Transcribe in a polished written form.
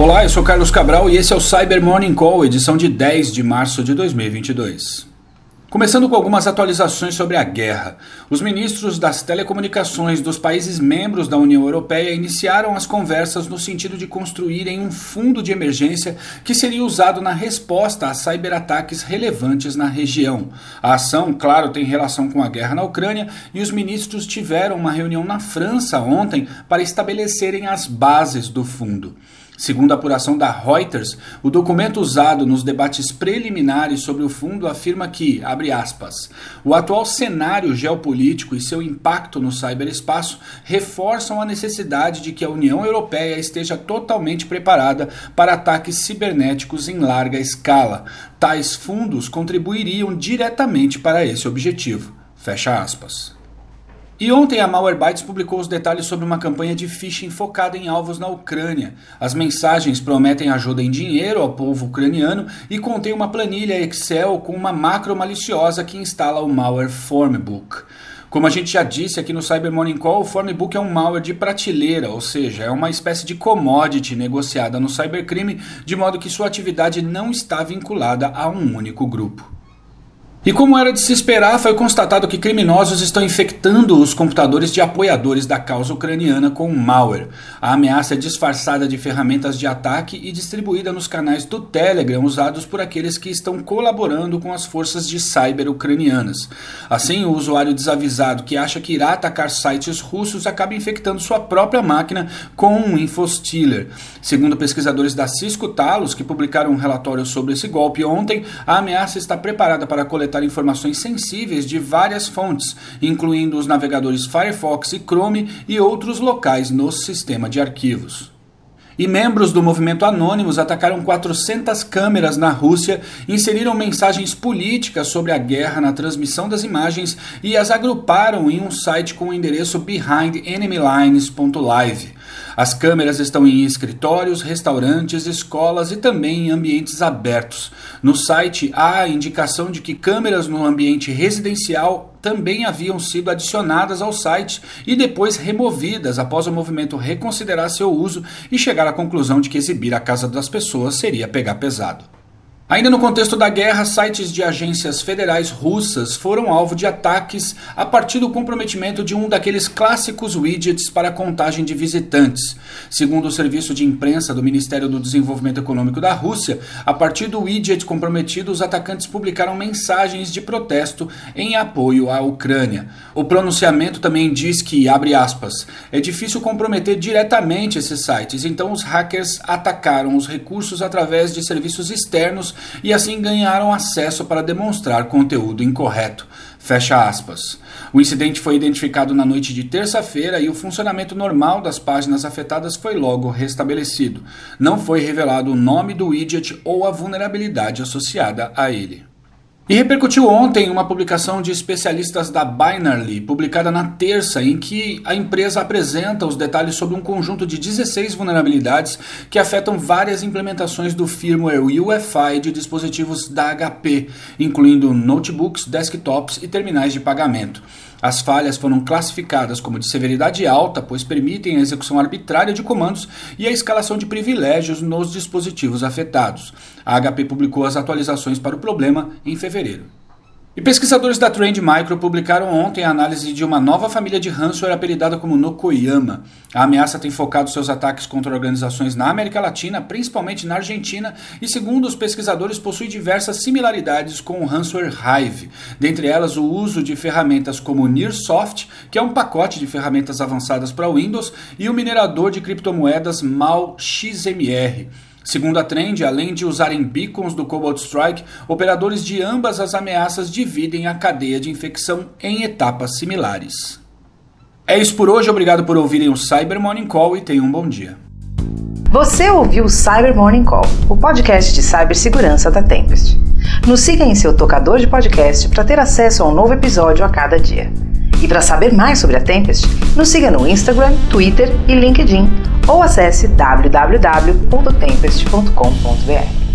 Olá, eu sou Carlos Cabral e esse é o Cyber Morning Call, edição de 10 de março de 2022. Começando com algumas atualizações sobre a guerra. Os ministros das telecomunicações dos países membros da União Europeia iniciaram as conversas no sentido de construírem um fundo de emergência que seria usado na resposta a cyberataques relevantes na região. A ação, claro, tem relação com a guerra na Ucrânia e os ministros tiveram uma reunião na França ontem para estabelecerem as bases do fundo. Segundo a apuração da Reuters, o documento usado nos debates preliminares sobre o fundo afirma que, abre aspas, o atual cenário geopolítico e seu impacto no ciberespaço reforçam a necessidade de que a União Europeia esteja totalmente preparada para ataques cibernéticos em larga escala. Tais fundos contribuiriam diretamente para esse objetivo. Fecha aspas. E ontem a Malwarebytes publicou os detalhes sobre uma campanha de phishing focada em alvos na Ucrânia. As mensagens prometem ajuda em dinheiro ao povo ucraniano e contém uma planilha Excel com uma macro maliciosa que instala o malware Formbook. Como a gente já disse aqui no Cyber Morning Call, o Formbook é um malware de prateleira, ou seja, é uma espécie de commodity negociada no cybercrime, de modo que sua atividade não está vinculada a um único grupo. E como era de se esperar, foi constatado que criminosos estão infectando os computadores de apoiadores da causa ucraniana com malware. A ameaça é disfarçada de ferramentas de ataque e distribuída nos canais do Telegram usados por aqueles que estão colaborando com as forças de cyber ucranianas. Assim, o usuário desavisado que acha que irá atacar sites russos acaba infectando sua própria máquina com um infostealer. Segundo pesquisadores da Cisco Talos, que publicaram um relatório sobre esse golpe ontem, a ameaça está preparada para coletar informações sensíveis de várias fontes, incluindo os navegadores Firefox e Chrome e outros locais no sistema de arquivos. E membros do movimento Anonymous atacaram 400 câmeras na Rússia, inseriram mensagens políticas sobre a guerra na transmissão das imagens e as agruparam em um site com o endereço behindenemylines.live. As câmeras estão em escritórios, restaurantes, escolas e também em ambientes abertos. No site há a indicação de que câmeras no ambiente residencial também haviam sido adicionadas ao site e depois removidas após o movimento reconsiderar seu uso e chegar à conclusão de que exibir a casa das pessoas seria pegar pesado. Ainda no contexto da guerra, sites de agências federais russas foram alvo de ataques a partir do comprometimento de um daqueles clássicos widgets para contagem de visitantes. Segundo o serviço de imprensa do Ministério do Desenvolvimento Econômico da Rússia, a partir do widget comprometido, os atacantes publicaram mensagens de protesto em apoio à Ucrânia. O pronunciamento também diz que, abre aspas, é difícil comprometer diretamente esses sites, então os hackers atacaram os recursos através de serviços externos e assim ganharam acesso para demonstrar conteúdo incorreto. Fecha aspas. O incidente foi identificado na noite de terça-feira e o funcionamento normal das páginas afetadas foi logo restabelecido. Não foi revelado o nome do widget ou a vulnerabilidade associada a ele. E repercutiu ontem uma publicação de especialistas da Binarly, publicada na terça, em que a empresa apresenta os detalhes sobre um conjunto de 16 vulnerabilidades que afetam várias implementações do firmware UEFI de dispositivos da HP, incluindo notebooks, desktops e terminais de pagamento. As falhas foram classificadas como de severidade alta, pois permitem a execução arbitrária de comandos e a escalação de privilégios nos dispositivos afetados. A HP publicou as atualizações para o problema em fevereiro. E pesquisadores da Trend Micro publicaram ontem a análise de uma nova família de ransomware apelidada como Nokoyama. A ameaça tem focado seus ataques contra organizações na América Latina, principalmente na Argentina, e segundo os pesquisadores possui diversas similaridades com o ransomware Hive, dentre elas o uso de ferramentas como o Nearsoft, que é um pacote de ferramentas avançadas para Windows, e o minerador de criptomoedas MalXMR. Segundo a Trend, além de usarem beacons do Cobalt Strike, operadores de ambas as ameaças dividem a cadeia de infecção em etapas similares. É isso por hoje, obrigado por ouvirem o Cyber Morning Call e tenham um bom dia. Você ouviu o Cyber Morning Call, o podcast de cibersegurança da Tempest. Nos siga em seu tocador de podcast para ter acesso a um novo episódio a cada dia. E para saber mais sobre a Tempest, nos siga no Instagram, Twitter e LinkedIn ou acesse www.tempest.com.br.